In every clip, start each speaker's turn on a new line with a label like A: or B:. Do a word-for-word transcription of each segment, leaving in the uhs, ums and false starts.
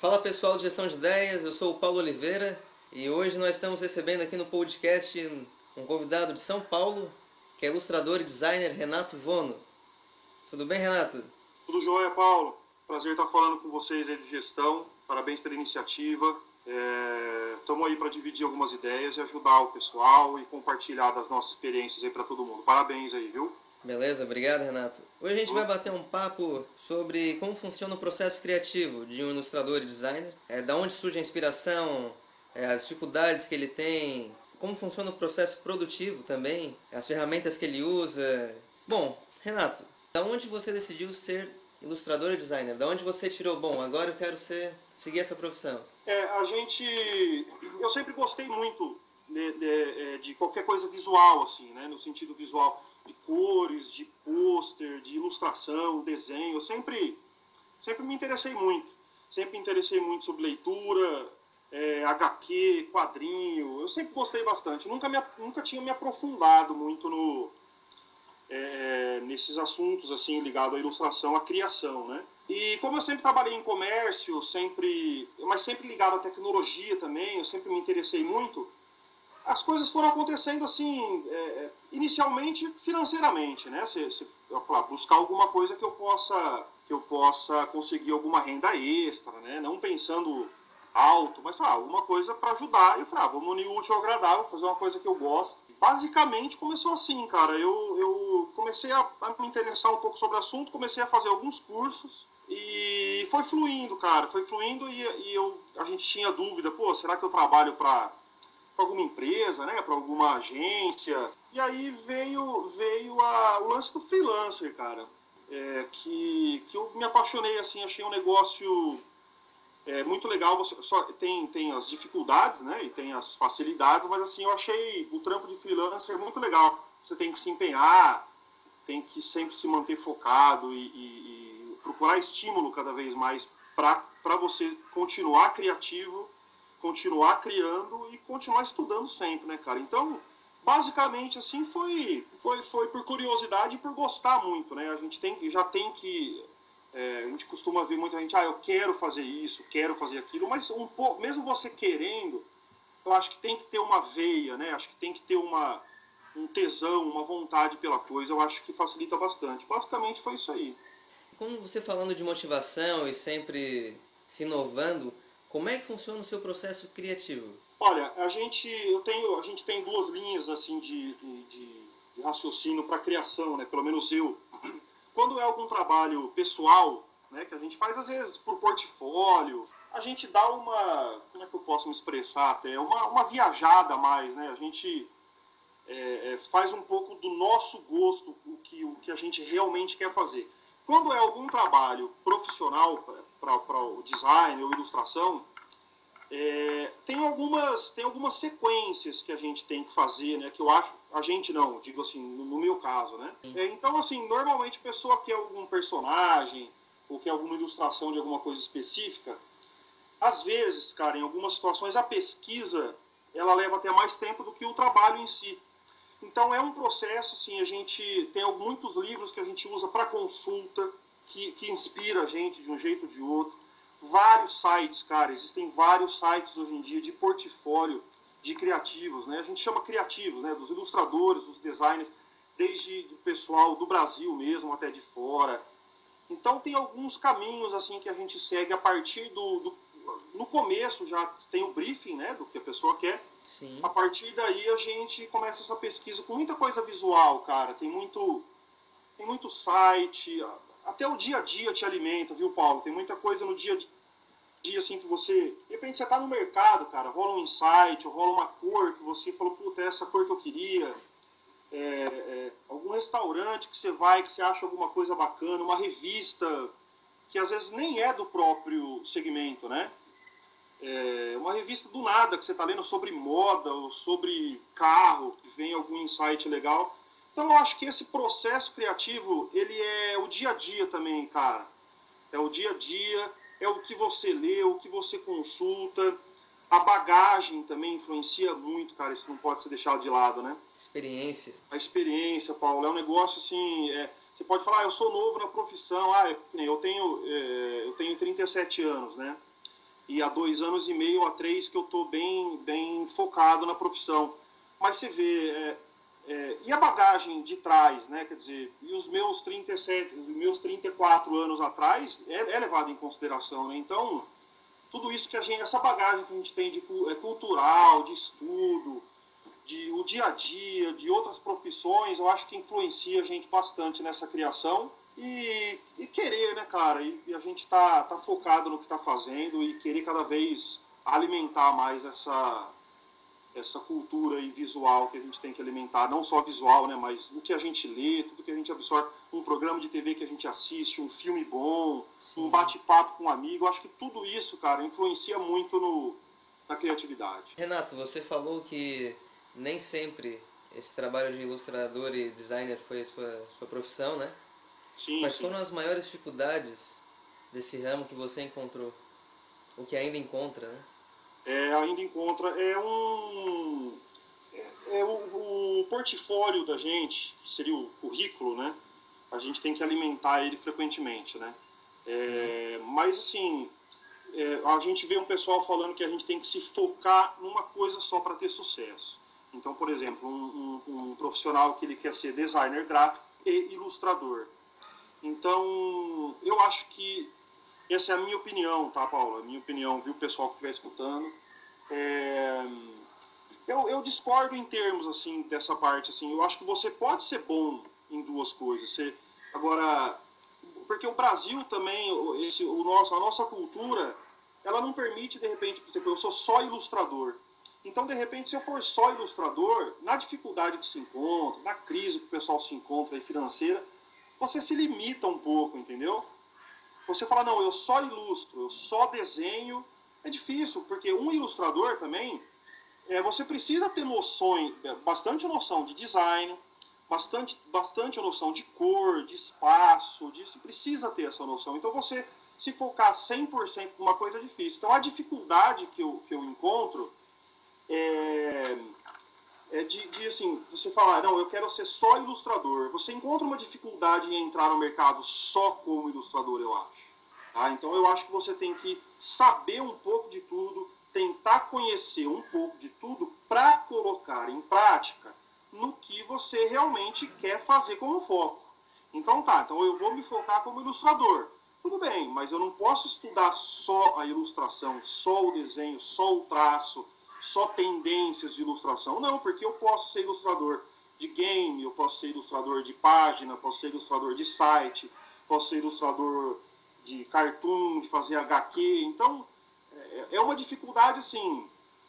A: Fala pessoal de Gestão de Ideias, eu sou o Paulo Oliveira e hoje nós estamos recebendo aqui no podcast um convidado de São Paulo, que é ilustrador e designer Renato Vono. Tudo bem, Renato?
B: Tudo jóia, Paulo. Prazer estar falando com vocês aí de gestão. Parabéns pela iniciativa. Estamos é... aí para dividir algumas ideias e ajudar o pessoal e compartilhar das nossas experiências aí para todo mundo. Parabéns aí, viu?
A: Beleza, obrigado, Renato. Hoje a gente vai bater um papo sobre como funciona o processo criativo de um ilustrador e designer, é, da onde surge a inspiração, é, as dificuldades que ele tem, como funciona o processo produtivo também, as ferramentas que ele usa. Bom, Renato, da onde você decidiu ser ilustrador e designer? Da onde você tirou, bom, agora eu quero ser, seguir essa profissão?
B: É, a gente... Eu sempre gostei muito de, de, de qualquer coisa visual, assim, né? No sentido visual de cores, de pôster, de ilustração, desenho. Eu sempre, sempre me interessei muito. Sempre me interessei muito sobre leitura, é, agá quê, quadrinho. Eu sempre gostei bastante. Nunca, me, nunca tinha me aprofundado muito no, é, nesses assuntos assim, ligados à ilustração, à criação, né? E como eu sempre trabalhei em comércio, sempre, mas sempre ligado à tecnologia também, eu sempre me interessei muito. As coisas foram acontecendo assim, é, inicialmente financeiramente, né? Se, se eu falar, buscar alguma coisa que eu possa, que eu possa conseguir alguma renda extra, né? Não pensando alto, mas ah, alguma coisa para ajudar. E eu falei, ah, vamos unir o útil ao agradável, fazer uma coisa que eu gosto. Basicamente começou assim, cara. Eu, eu comecei a, a me interessar um pouco sobre o assunto, comecei a fazer alguns cursos e foi fluindo, cara. Foi fluindo e, e eu, a gente tinha dúvida, pô, será que eu trabalho para para alguma empresa, né, para alguma agência. E aí veio, veio a, o lance do freelancer, cara, é, que, que eu me apaixonei, assim, achei um negócio é, muito legal. Você, só, tem, tem as dificuldades, né, e tem as facilidades, mas assim, eu achei o trampo de freelancer muito legal. Você tem que se empenhar, tem que sempre se manter focado e, e, e procurar estímulo cada vez mais para você continuar criativo, continuar criando e continuar estudando sempre, né, cara? Então, basicamente, assim, foi, foi, foi por curiosidade e por gostar muito, né? A gente tem, já tem que... É, a gente costuma ver muita gente, ah, eu quero fazer isso, quero fazer aquilo, mas um pouco, mesmo você querendo, eu acho que tem que ter uma veia, né? Acho que tem que ter uma, um tesão, uma vontade pela coisa, eu acho que facilita bastante. Basicamente, foi isso aí.
A: Como você falando de motivação e sempre se inovando, como é que funciona o seu processo criativo?
B: Olha, a gente, eu tenho, a gente tem duas linhas assim, de, de, de raciocínio para a criação, né? Pelo menos eu. Quando é algum trabalho pessoal, né, que a gente faz às vezes por portfólio, a gente dá uma, como é que eu posso me expressar até, uma, uma viajada a mais, né? A gente é, faz um pouco do nosso gosto, o que, o que a gente realmente quer fazer. Quando é algum trabalho profissional para o design ou ilustração, é, tem, algumas, tem algumas sequências que a gente tem que fazer, né? Que eu acho, a gente não, digo assim, no, no meu caso, né? É, então, assim, normalmente a pessoa quer algum personagem ou quer alguma ilustração de alguma coisa específica. Às vezes, cara, em algumas situações, a pesquisa, ela leva até mais tempo do que o trabalho em si. Então, é um processo, assim, a gente tem muitos livros que a gente usa para consulta, que, que inspira a gente de um jeito ou de outro. Vários sites, cara, existem vários sites hoje em dia de portfólio de criativos, né? A gente chama criativos, né? Dos ilustradores, dos designers, desde o pessoal do Brasil mesmo até de fora. Então, tem alguns caminhos, assim, que a gente segue a partir do... do no começo já tem o briefing, né? Do que a pessoa quer.
A: Sim.
B: A partir daí a gente começa essa pesquisa com muita coisa visual, cara. Tem muito, tem muito site, até o dia a dia te alimenta, viu, Paulo? Tem muita coisa no dia a dia, assim, que você... De repente você tá no mercado, cara, rola um insight, rola uma cor que você falou, puta, é essa cor que eu queria. É, é, algum restaurante que você vai, que você acha alguma coisa bacana, uma revista que às vezes nem é do próprio segmento, né? É uma revista do nada que você está lendo sobre moda ou sobre carro, que vem algum insight legal. Então eu acho que esse processo criativo, ele é o dia a dia também, cara. É o dia a dia, é o que você lê, o que você consulta. A bagagem também influencia muito, cara, isso não pode ser deixado de lado, né?
A: Experiência.
B: A experiência, Paulo, é um negócio assim... É, você pode falar, ah, eu sou novo na profissão, ah, eu tenho, é, eu tenho trinta e sete anos, né? e há dois anos e meio, há três, que eu estou bem, bem focado na profissão. Mas você vê, é, é, e a bagagem de trás, né? Quer dizer, e os meus trinta e sete, os meus trinta e quatro anos atrás é, é levado em consideração, né? Então, tudo isso que a gente, essa bagagem que a gente tem de é, cultural, de estudo, de o dia a dia, de outras profissões, eu acho que influencia a gente bastante nessa criação. E, e querer, né, cara? E, e a gente tá, tá focado no que tá fazendo e querer cada vez alimentar mais essa, essa cultura e visual que a gente tem que alimentar. Não só visual, né, mas o que a gente lê, tudo que a gente absorve. Um programa de T V que a gente assiste, um filme bom, Sim. um bate-papo com um amigo. Eu acho que tudo isso, cara, influencia muito no, na criatividade.
A: Renato, você falou que nem sempre esse trabalho de ilustrador e designer foi a sua, sua profissão, né?
B: Sim,
A: Quais
B: sim.
A: foram as maiores dificuldades desse ramo que você encontrou? Ou que ainda encontra, né?
B: É, ainda encontra. É um... É, é o, o portfólio da gente, que seria o currículo, né? A gente tem que alimentar ele frequentemente, né? É, mas, assim, é, a gente vê um pessoal falando que a gente tem que se focar numa coisa só para ter sucesso. Então, por exemplo, um, um, um profissional que ele quer ser designer gráfico e ilustrador. Então, eu acho que essa é a minha opinião, tá, Paula? A minha opinião, viu, o pessoal que estiver escutando. É... Eu, eu discordo em termos, assim, dessa parte, assim. Eu acho que você pode ser bom em duas coisas. Você... Agora, porque o Brasil também, esse, o nosso, a nossa cultura, ela não permite, de repente, por exemplo, eu sou só ilustrador. Então, de repente, se eu for só ilustrador, na dificuldade que se encontra, na crise que o pessoal se encontra aí financeira, você se limita um pouco, entendeu? Você fala, não, eu só ilustro, eu só desenho. É difícil, porque um ilustrador também, é, você precisa ter noções, bastante noção de design, bastante, bastante noção de cor, de espaço, de, você precisa ter essa noção. Então, você se focar cem por cento numa coisa é difícil. Então, a dificuldade que eu, que eu encontro é... É de, de, assim, você falar, não, eu quero ser só ilustrador. Você encontra uma dificuldade em entrar no mercado só como ilustrador, eu acho. Tá? Então eu acho que você tem que saber um pouco de tudo, tentar conhecer um pouco de tudo para colocar em prática no que você realmente quer fazer como foco. Então tá, então eu vou me focar como ilustrador. Tudo bem, mas eu não posso estudar só a ilustração, só o desenho, só o traço, só tendências de ilustração. Não, porque eu posso ser ilustrador de game, eu posso ser ilustrador de página, posso ser ilustrador de site, posso ser ilustrador de cartoon, de fazer H Q. Então, é uma dificuldade, assim,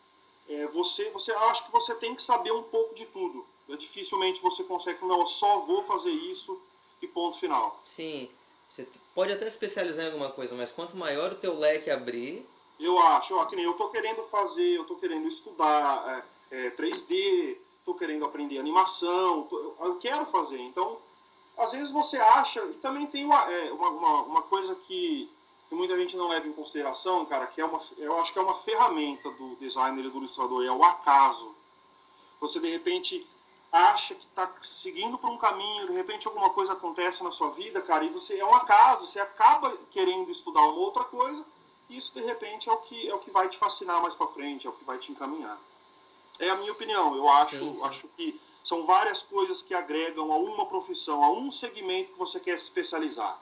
B: é, você, você, eu acho que você tem que saber um pouco de tudo. Dificilmente você consegue, não, eu só vou fazer isso e ponto final.
A: Sim, você pode até especializar em alguma coisa, mas quanto maior o teu leque abrir...
B: Eu acho, ó, que nem eu tô querendo fazer, eu tô querendo estudar é, é, três D, tô querendo aprender animação, tô, eu, eu quero fazer. Então, às vezes você acha, e também tem uma, é, uma, uma, uma coisa que, que muita gente não leva em consideração, cara, que é uma, eu acho que é uma ferramenta do designer e do ilustrador, é o acaso. Você, de repente, acha que está seguindo por um caminho, de repente alguma coisa acontece na sua vida, cara, e você é um acaso, você acaba querendo estudar uma outra coisa, isso, de repente, é o que, é o que vai te fascinar mais para frente, é o que vai te encaminhar. É a minha opinião. Eu acho, sim, sim. acho que são várias coisas que agregam a uma profissão, a um segmento que você quer se especializar.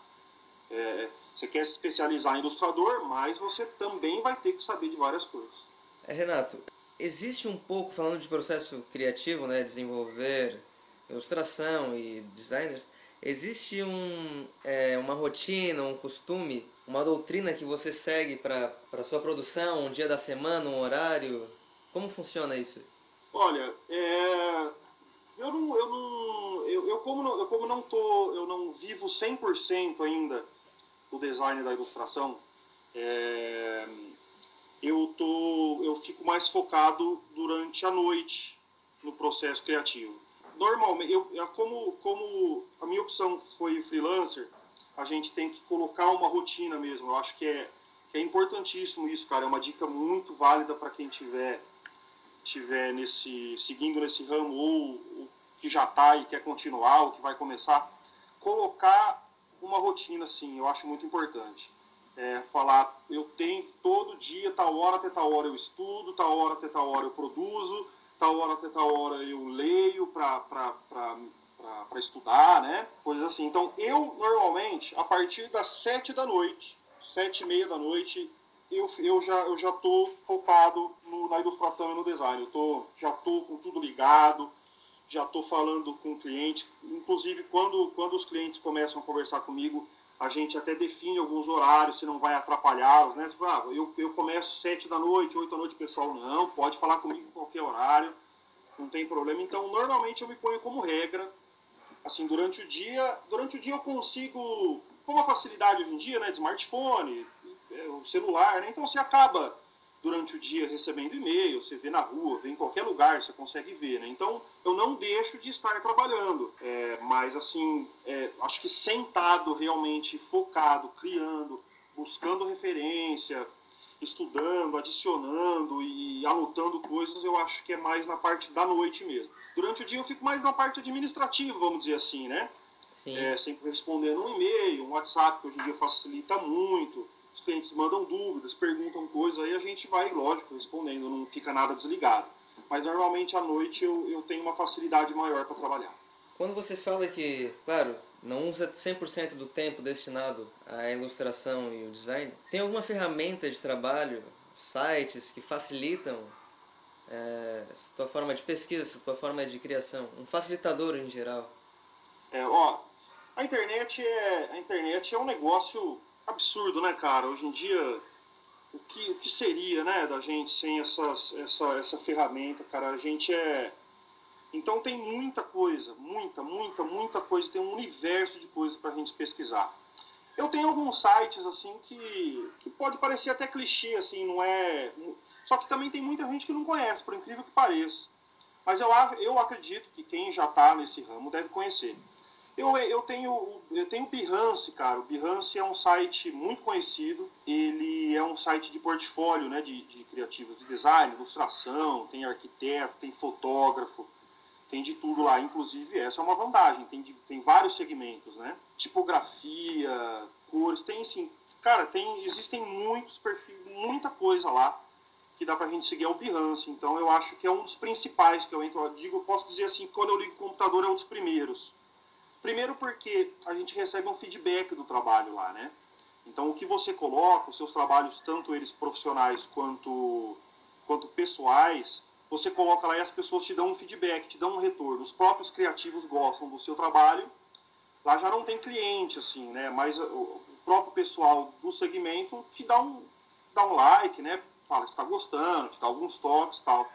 B: É, você quer se especializar em ilustrador, mas você também vai ter que saber de várias coisas.
A: É, Renato, existe um pouco, falando de processo criativo, né, desenvolver ilustração e designers, existe um, é, uma rotina, um costume, uma doutrina que você segue para a sua produção, um dia da semana, um horário? Como funciona isso?
B: Olha, é, eu não, eu não, eu, eu como não, eu como não tô, eu não vivo cem por cento ainda o design da ilustração, é, eu tô, eu fico mais focado durante a noite no processo criativo. Normalmente, eu, como, como a minha opção foi freelancer, a gente tem que colocar uma rotina mesmo. Eu acho que é, que é importantíssimo isso, cara. É uma dica muito válida para quem tiver, tiver nesse, seguindo nesse ramo, ou, ou que já está e quer continuar, ou que vai começar. Colocar uma rotina, assim, eu acho muito importante. É, falar, eu tenho todo dia, tal hora até tal hora eu estudo, tal hora até tal hora eu produzo, tal hora até tal hora eu leio para estudar, né? Coisas assim. Então, eu, normalmente, a partir das sete da noite, sete e meia da noite, eu, eu já eu já tô focado no, na ilustração e no design. Eu tô, já tô com tudo ligado, já tô falando com o cliente. Inclusive, quando, quando os clientes começam a conversar comigo, a gente até define alguns horários, se não vai atrapalhá-los, né? Você fala, ah, eu, eu começo sete da noite, oito da noite, pessoal, não, pode falar comigo em qualquer horário, não tem problema. Então, normalmente eu me ponho como regra, assim, durante o dia, durante o dia eu consigo, com uma facilidade hoje em dia, né, de smartphone, o celular, né? Então você acaba durante o dia recebendo e-mail, você vê na rua, vê em qualquer lugar, você consegue ver, né? Então, eu não deixo de estar trabalhando, é, mas assim, é, acho que sentado realmente, focado, criando, buscando referência, estudando, adicionando e anotando coisas, eu acho que é mais na parte da noite mesmo. Durante o dia eu fico mais na parte administrativa, vamos dizer assim, né?
A: Sim.
B: É, sempre respondendo um e-mail, um WhatsApp, que hoje em dia facilita muito. Os clientes mandam dúvidas, perguntam coisas, aí a gente vai, lógico, respondendo, não fica nada desligado. Mas normalmente à noite eu, eu tenho uma facilidade maior para trabalhar.
A: Quando você fala que, claro, não usa cem por cento do tempo destinado à ilustração e o design, tem alguma ferramenta de trabalho, sites que facilitam é, a tua forma de pesquisa, a tua forma de criação? Um facilitador em geral?
B: É, ó, a internet é, a internet é um negócio absurdo, né, cara? Hoje em dia, o que, o que seria, né, da gente sem essas, essa, essa ferramenta, cara? A gente é... Então tem muita coisa, muita, muita, muita coisa, tem um universo de coisas pra gente pesquisar. Eu tenho alguns sites, assim, que, que pode parecer até clichê, assim, não é... Só que também tem muita gente que não conhece, por incrível que pareça. Mas eu, eu acredito que quem já tá nesse ramo deve conhecer. Eu, eu, tenho, eu tenho o Behance, cara. O Behance é um site muito conhecido. Ele é um site de portfólio, né, de, de criativos de design, ilustração, tem arquiteto, tem fotógrafo, tem de tudo lá. Inclusive, essa é uma vantagem. Tem, de, tem vários segmentos, né? Tipografia, cores, tem assim... Cara, tem, existem muitos perfis, muita coisa lá que dá pra gente seguir, é o Behance. Então, eu acho que é um dos principais que eu entro. Eu digo, eu posso dizer assim, que quando eu ligo o computador é um dos primeiros. Primeiro porque a gente recebe um feedback do trabalho lá, né? Então, o que você coloca, os seus trabalhos, tanto eles profissionais quanto, quanto pessoais, você coloca lá e as pessoas te dão um feedback, te dão um retorno. Os próprios criativos gostam do seu trabalho. Lá já não tem cliente, assim, né? Mas o próprio pessoal do segmento te dá um, dá um like, né? Fala se está gostando, te dá alguns toques e tal.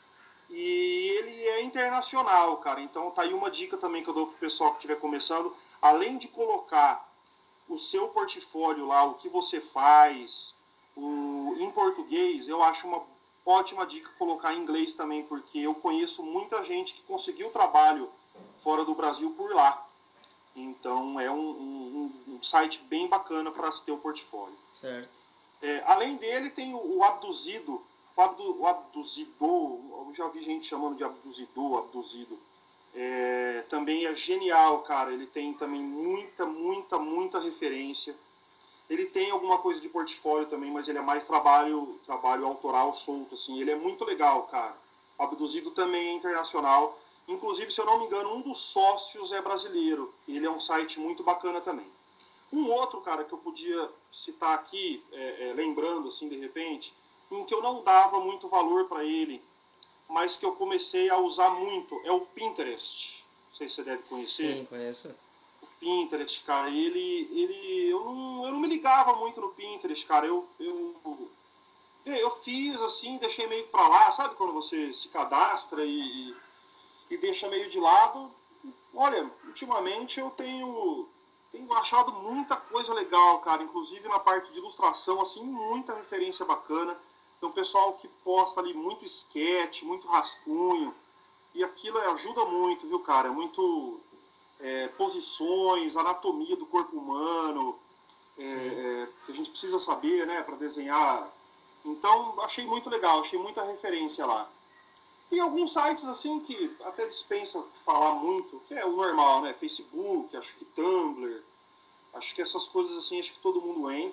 B: E ele é internacional, cara. Então tá aí uma dica também que eu dou pro pessoal que estiver começando. Além de colocar o seu portfólio lá, o que você faz, o, em português, eu acho uma ótima dica colocar em inglês também, porque eu conheço muita gente que conseguiu trabalho fora do Brasil por lá. Então é um, um, um site bem bacana para se ter o portfólio.
A: Certo.
B: É, além dele tem o, o Abduzido. O, abdu, o Abduzidor, eu já vi gente chamando de Abduzidor, Abduzido. É, também é genial, cara. Ele tem também muita, muita, muita referência. Ele tem alguma coisa de portfólio também, mas ele é mais trabalho, trabalho autoral solto, assim. Ele é muito legal, cara. O Abduzido também é internacional. Inclusive, se eu não me engano, um dos sócios é brasileiro. Ele é um site muito bacana também. Um outro, cara, que eu podia citar aqui, é, é, lembrando, assim, de repente, em que eu não dava muito valor para ele, mas que eu comecei a usar muito, é o Pinterest. Não sei se você deve conhecer.
A: Sim, conheço.
B: O Pinterest, cara, ele... ele eu, não, eu não me ligava muito no Pinterest, cara. Eu, eu, eu fiz, assim, deixei meio pra lá. Sabe quando você se cadastra e, e deixa meio de lado? Olha, ultimamente eu tenho... Tenho achado muita coisa legal, cara. Inclusive na parte de ilustração, assim, muita referência bacana. Tem um pessoal que posta ali muito sketch, muito rascunho. E aquilo ajuda muito, viu, cara? É muito é, posições, anatomia do corpo humano, é, é, que a gente precisa saber, né, para desenhar. Então, achei muito legal, achei muita referência lá. E alguns sites, assim, que até dispensa falar muito, que é o normal, né? Facebook, acho que Tumblr, acho que essas coisas, assim, acho que todo mundo entra.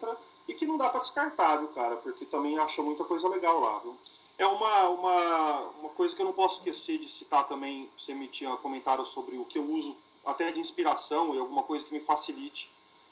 B: e que não dá para descartar, viu, cara, porque também acha muita coisa legal lá, viu. É uma, uma, uma coisa que eu não posso esquecer de citar também, você me tinha comentário sobre o que eu uso até de inspiração e alguma coisa que me facilite.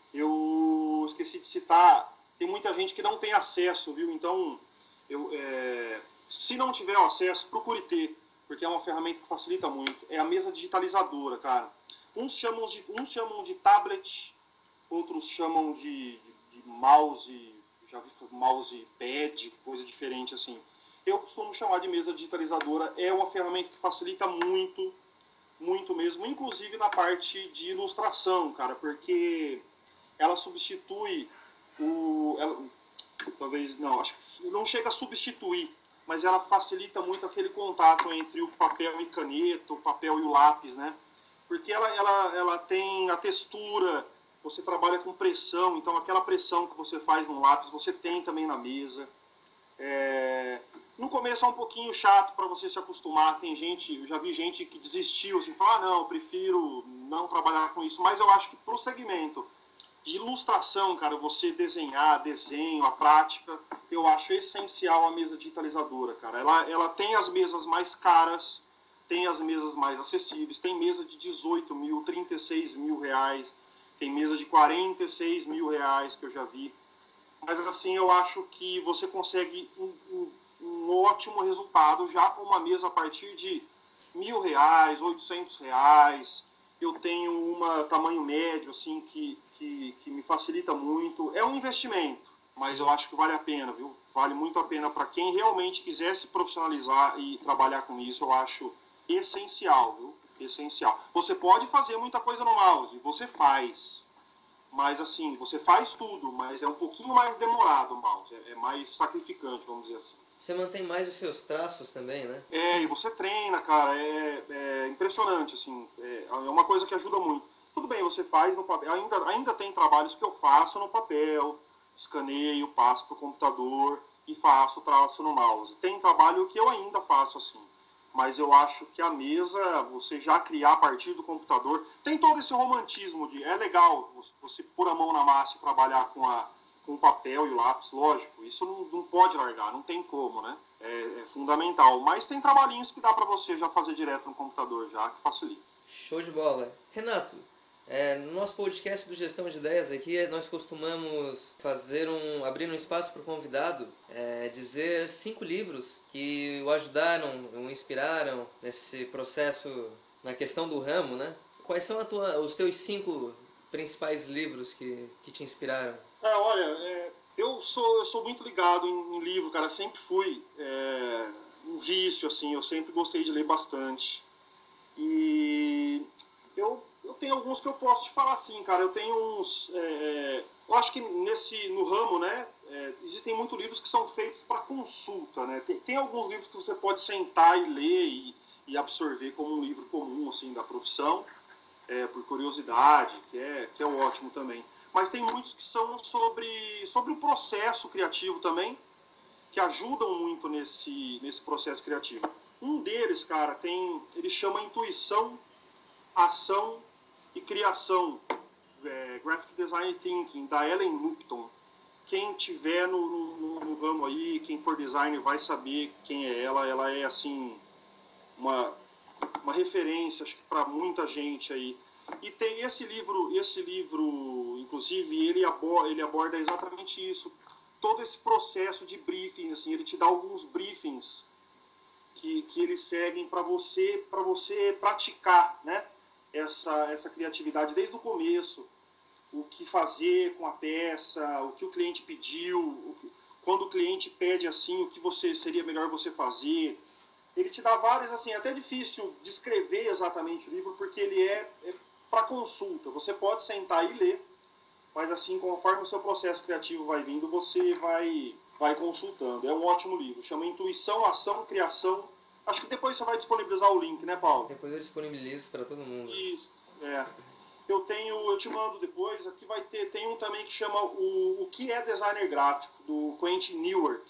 B: Eu esqueci de citar, tem muita gente que não tem acesso, viu, então, eu, é, se não tiver acesso, procure ter, porque é uma ferramenta que facilita muito. É a mesa digitalizadora, cara. Uns chamam de, uns chamam de tablet, outros chamam de, de, de mouse, já vi mouse pad, coisa diferente assim. Eu costumo chamar de mesa digitalizadora, é uma ferramenta que facilita muito, muito mesmo, inclusive na parte de ilustração, cara, porque ela substitui o... Ela, talvez, não, acho que não chega a substituir, mas ela facilita muito aquele contato entre o papel e caneta, o papel e o lápis, né? Porque ela, ela, ela tem a textura, você trabalha com pressão, então aquela pressão que você faz no lápis, você tem também na mesa. É... No começo é um pouquinho chato para você se acostumar, tem gente, eu já vi gente que desistiu, assim, falar, ah, não, eu prefiro não trabalhar com isso, mas eu acho que para o segmento de ilustração, cara, você desenhar, desenho, a prática, eu acho essencial a mesa digitalizadora, cara. Ela, ela tem as mesas mais caras, tem as mesas mais acessíveis, tem mesa de dezoito mil, trinta e seis mil reais, tem mesa de quarenta e seis mil reais que eu já vi. Mas assim, eu acho que você consegue um, um, um ótimo resultado já com uma mesa a partir de mil reais, oitocentos reais. Eu tenho uma tamanho médio, assim, que, que, que me facilita muito. É um investimento, mas eu acho que vale a pena, viu? Vale muito a pena para quem realmente quiser se profissionalizar e trabalhar com isso, eu acho essencial, viu? Essencial. Você pode fazer muita coisa no mouse, você faz. Mas assim, você faz tudo, mas é um pouquinho mais demorado o mouse, é mais sacrificante, vamos dizer assim.
A: Você mantém mais os seus traços também, né?
B: É, e você treina, cara, é, é impressionante, assim, é, é uma coisa que ajuda muito. Tudo bem, você faz no papel, ainda, ainda tem trabalhos que eu faço no papel, escaneio, passo pro computador e faço traço no mouse. Tem trabalho que eu ainda faço assim. Mas eu acho que a mesa, você já criar a partir do computador, tem todo esse romantismo de, é legal você pôr a mão na massa e trabalhar com, a, com o papel e o lápis, lógico, isso não, não pode largar, não tem como, né? É, é fundamental, mas tem trabalhinhos que dá pra você já fazer direto no computador, já, que facilita.
A: Show de bola. Renato, é, no nosso podcast do Gestão de Ideias aqui, nós costumamos fazer um, abrir um espaço para o convidado é, dizer cinco livros que o ajudaram, o inspiraram nesse processo, na questão do ramo, né? Quais são a tua, os teus cinco principais livros que, que te inspiraram?
B: É, olha, é, eu, sou, eu sou muito ligado em, em livro, cara, sempre fui é, um vício, assim, eu sempre gostei de ler bastante. E eu... Eu tenho alguns que eu posso te falar assim, cara. Eu tenho uns... É, eu acho que nesse, no ramo, né, é, existem muitos livros que são feitos para consulta, né? Tem, tem alguns livros que você pode sentar e ler e, e absorver como um livro comum, assim, da profissão, é, por curiosidade, que é, que é ótimo também. Mas tem muitos que são sobre, sobre o processo criativo também, que ajudam muito nesse, nesse processo criativo. Um deles, cara, tem... Ele chama Intuição, Ação e Criação, é, Graphic Design Thinking, da Ellen Lupton. Quem tiver no, no, no ramo aí, quem for designer vai saber quem é ela. Ela é, assim, uma, uma referência, acho que para muita gente aí. E tem esse livro, esse livro, inclusive, ele aborda, ele aborda exatamente isso. Todo esse processo de briefings, assim, ele te dá alguns briefings que, que eles seguem para você, para você praticar, né? Essa, essa criatividade desde o começo, o que fazer com a peça, o que o cliente pediu, o que, quando o cliente pede assim, o que você seria melhor você fazer. Ele te dá vários, assim, é até difícil descrever exatamente o livro, porque ele é, é para consulta. Você pode sentar e ler, mas assim, conforme o seu processo criativo vai vindo, você vai, vai consultando. É um ótimo livro, chama Intuição, Ação, Criação. Acho que depois você vai disponibilizar o link, né, Paulo?
A: Depois eu disponibilizo para todo mundo.
B: Isso, é. Eu tenho, eu te mando depois, aqui vai ter, tem um também que chama o, o que é designer gráfico, do Quentin Newark.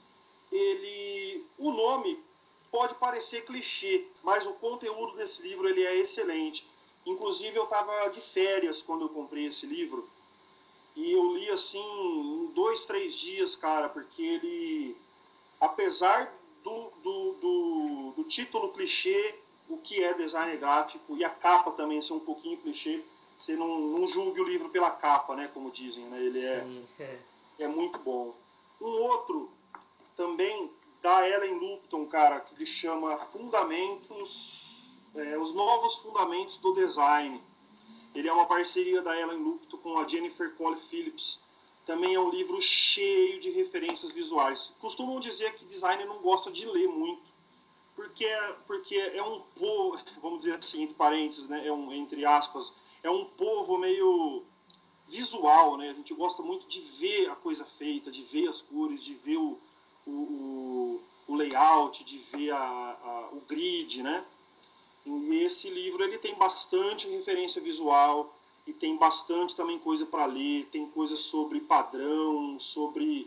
B: Ele, o nome pode parecer clichê, mas o conteúdo desse livro ele é excelente. Inclusive eu estava de férias quando eu comprei esse livro E eu li assim em dois, três dias, cara, porque ele, apesar do, do, do, do título clichê, o que é design gráfico, e a capa também ser um pouquinho clichê, você não, não julgue o livro pela capa, né, como dizem, né? Ele é, é muito bom. Um outro também da Ellen Lupton, cara, que ele chama Fundamentos, é, os Novos Fundamentos do Design. Ele é uma parceria da Ellen Lupton com a Jennifer Cole Phillips. Também é um livro cheio de referências visuais. Costumam dizer que designer não gosta de ler muito, porque é, porque é um povo, vamos dizer assim, entre parênteses, né, é um, entre aspas, é um povo meio visual, né? A gente gosta muito de ver a coisa feita, de ver as cores, de ver o, o, o layout, de ver a, a, o grid, né? E esse livro ele tem bastante referência visual e tem bastante também coisa para ler, tem coisas sobre padrão, sobre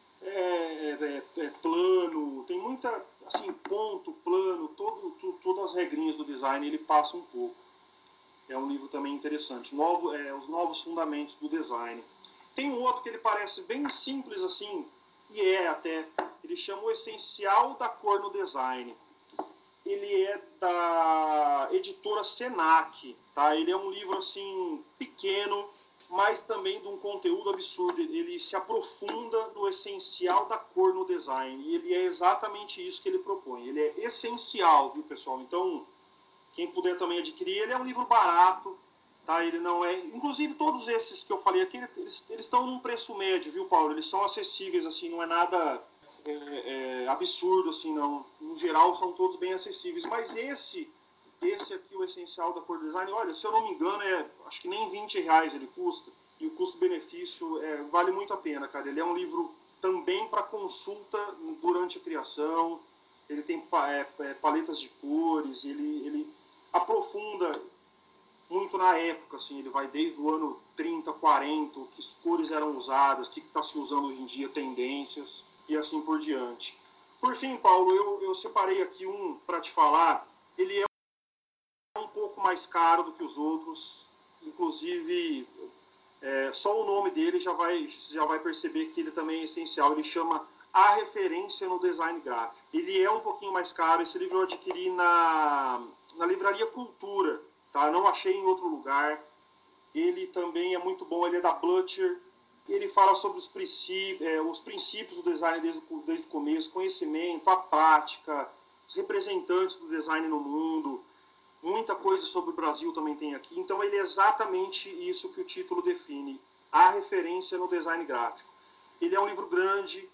B: é, é, é, plano, tem muita, assim, ponto, plano, todo, tu, todas as regrinhas do design ele passa um pouco. É um livro também interessante. Novo, é, Os Novos Fundamentos do Design. Tem um outro que ele parece bem simples assim, e é até, ele chama O Essencial da Cor no Design. Ele é da editora Senac, tá? Ele é um livro assim pequeno, mas também de um conteúdo absurdo. Ele se aprofunda no essencial da cor no design, e ele é exatamente isso que ele propõe. Ele é essencial, viu, pessoal? Então, quem puder também adquirir, ele é um livro barato, tá? Ele não é... Inclusive, todos esses que eu falei aqui, eles, eles estão num preço médio, viu, Paulo? Eles são acessíveis, assim, não é nada é, é, absurdo, assim, não. No geral, são todos bem acessíveis. Mas esse, esse aqui, o Essencial da Cor Design, olha, se eu não me engano, é, acho que nem vinte reais ele custa. E o custo-benefício é, vale muito a pena, cara. Ele é um livro também para consulta durante a criação. Ele tem é, é, paletas de cores, ele... ele aprofunda muito na época, assim, ele vai desde o ano trinta, quarenta, que cores eram usadas, o que está se usando hoje em dia, tendências e assim por diante. Por fim, Paulo, eu, eu separei aqui um para te falar, ele é um pouco mais caro do que os outros, inclusive é, só o nome dele já vai, já vai perceber que ele também é essencial, ele chama A Referência no Design Gráfico. Ele é um pouquinho mais caro, esse livro eu adquiri na... na Livraria Cultura, tá? Não achei em outro lugar. Ele também é muito bom, ele é da Blucher. Ele fala sobre os princípios, é, os princípios do design desde, desde o começo, conhecimento, a prática, os representantes do design no mundo. Muita coisa sobre o Brasil também tem aqui. Então ele é exatamente isso que o título define, a referência no design gráfico. Ele é um livro grande,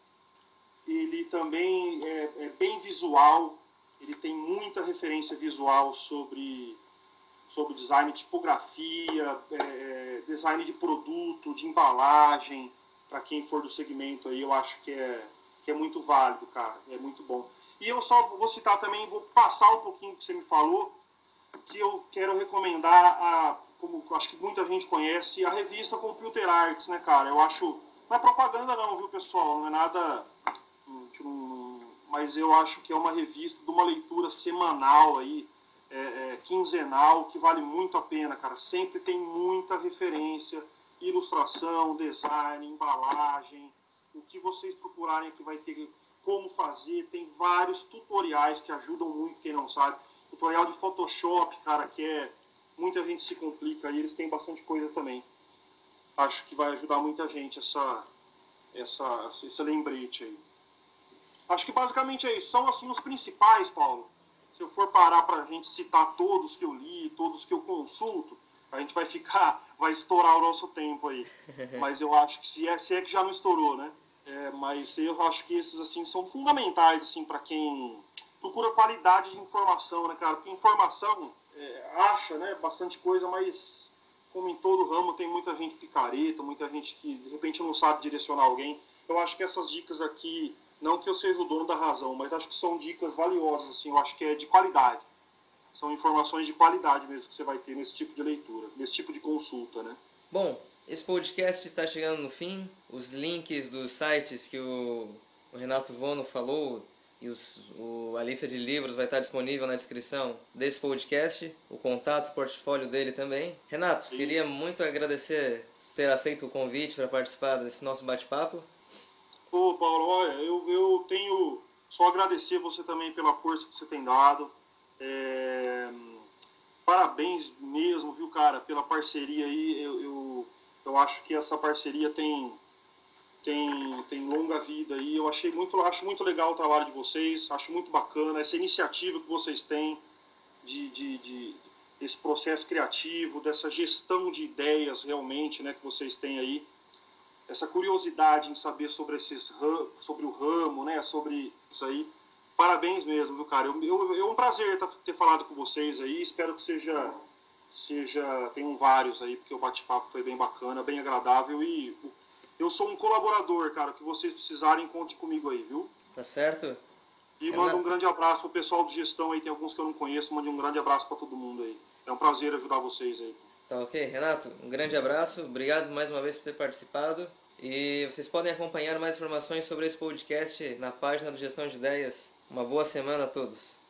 B: ele também é, é bem visual. Ele tem muita referência visual sobre, sobre design de tipografia, é, design de produto, de embalagem. Para quem for do segmento aí, eu acho que é, que é muito válido, cara. É muito bom. E eu só vou citar também, vou passar um pouquinho do que você me falou, que eu quero recomendar, a, como acho que muita gente conhece, a revista Computer Arts, né, cara? Eu acho... Não é propaganda não, viu, pessoal? Não é nada... Não, mas eu acho que é uma revista de uma leitura semanal aí, é, é, quinzenal, que vale muito a pena, cara. Sempre tem muita referência, ilustração, design, embalagem, o que vocês procurarem que vai ter como fazer. Tem vários tutoriais que ajudam muito quem não sabe. Tutorial de Photoshop, cara, que é... Muita gente se complica e eles têm bastante coisa também. Acho que vai ajudar muita gente essa, essa, esse lembrete aí. Acho que basicamente é isso. São assim os principais, Paulo. Se eu for parar para a gente citar todos que eu li, todos que eu consulto, a gente vai ficar, vai estourar o nosso tempo aí. Mas eu acho que se é, se é que já não estourou, né? É, mas eu acho que esses assim são fundamentais assim para quem procura qualidade de informação, né, cara? Porque informação é, acha, né, bastante coisa, mas como em todo ramo tem muita gente picareta, muita gente que de repente não sabe direcionar alguém. Eu acho que essas dicas aqui, não que eu seja o dono da razão, mas acho que são dicas valiosas, assim, eu acho que é de qualidade. São informações de qualidade mesmo que você vai ter nesse tipo de leitura, nesse tipo de consulta, né?
A: Bom, esse podcast está chegando no fim. Os links dos sites que o, o Renato Vono falou e os, o, a lista de livros vai estar disponível na descrição desse podcast. O contato, o portfólio dele também. Renato, Sim. queria muito agradecer ter aceito o convite para participar desse nosso bate-papo.
B: Ô, Paulo, olha, eu, eu tenho só agradecer você também pela força que você tem dado. É... Parabéns mesmo, viu, cara, pela parceria aí. Eu, eu, eu acho que essa parceria tem, tem, tem longa vida aí. Eu achei muito, acho muito legal o trabalho de vocês, acho muito bacana essa iniciativa que vocês têm de, de, de desse processo criativo, dessa gestão de ideias realmente, né, que vocês têm aí. Essa curiosidade em saber sobre, esses, sobre o ramo, né, sobre isso aí. Parabéns mesmo, viu, cara? Eu, eu, é um prazer ter falado com vocês aí. Espero que seja, seja tenham vários aí, porque o bate-papo foi bem bacana, bem agradável. E eu sou um colaborador, cara. O que vocês precisarem, conte comigo aí, viu?
A: Tá certo?
B: E manda um grande abraço pro pessoal de gestão aí. Tem alguns que eu não conheço. Mande um grande abraço para todo mundo aí. É um prazer ajudar vocês aí.
A: Tá ok, Renato? Um grande abraço. Obrigado mais uma vez por ter participado. E vocês podem acompanhar mais informações sobre esse podcast na página do Gestão de Ideias. Uma boa semana a todos.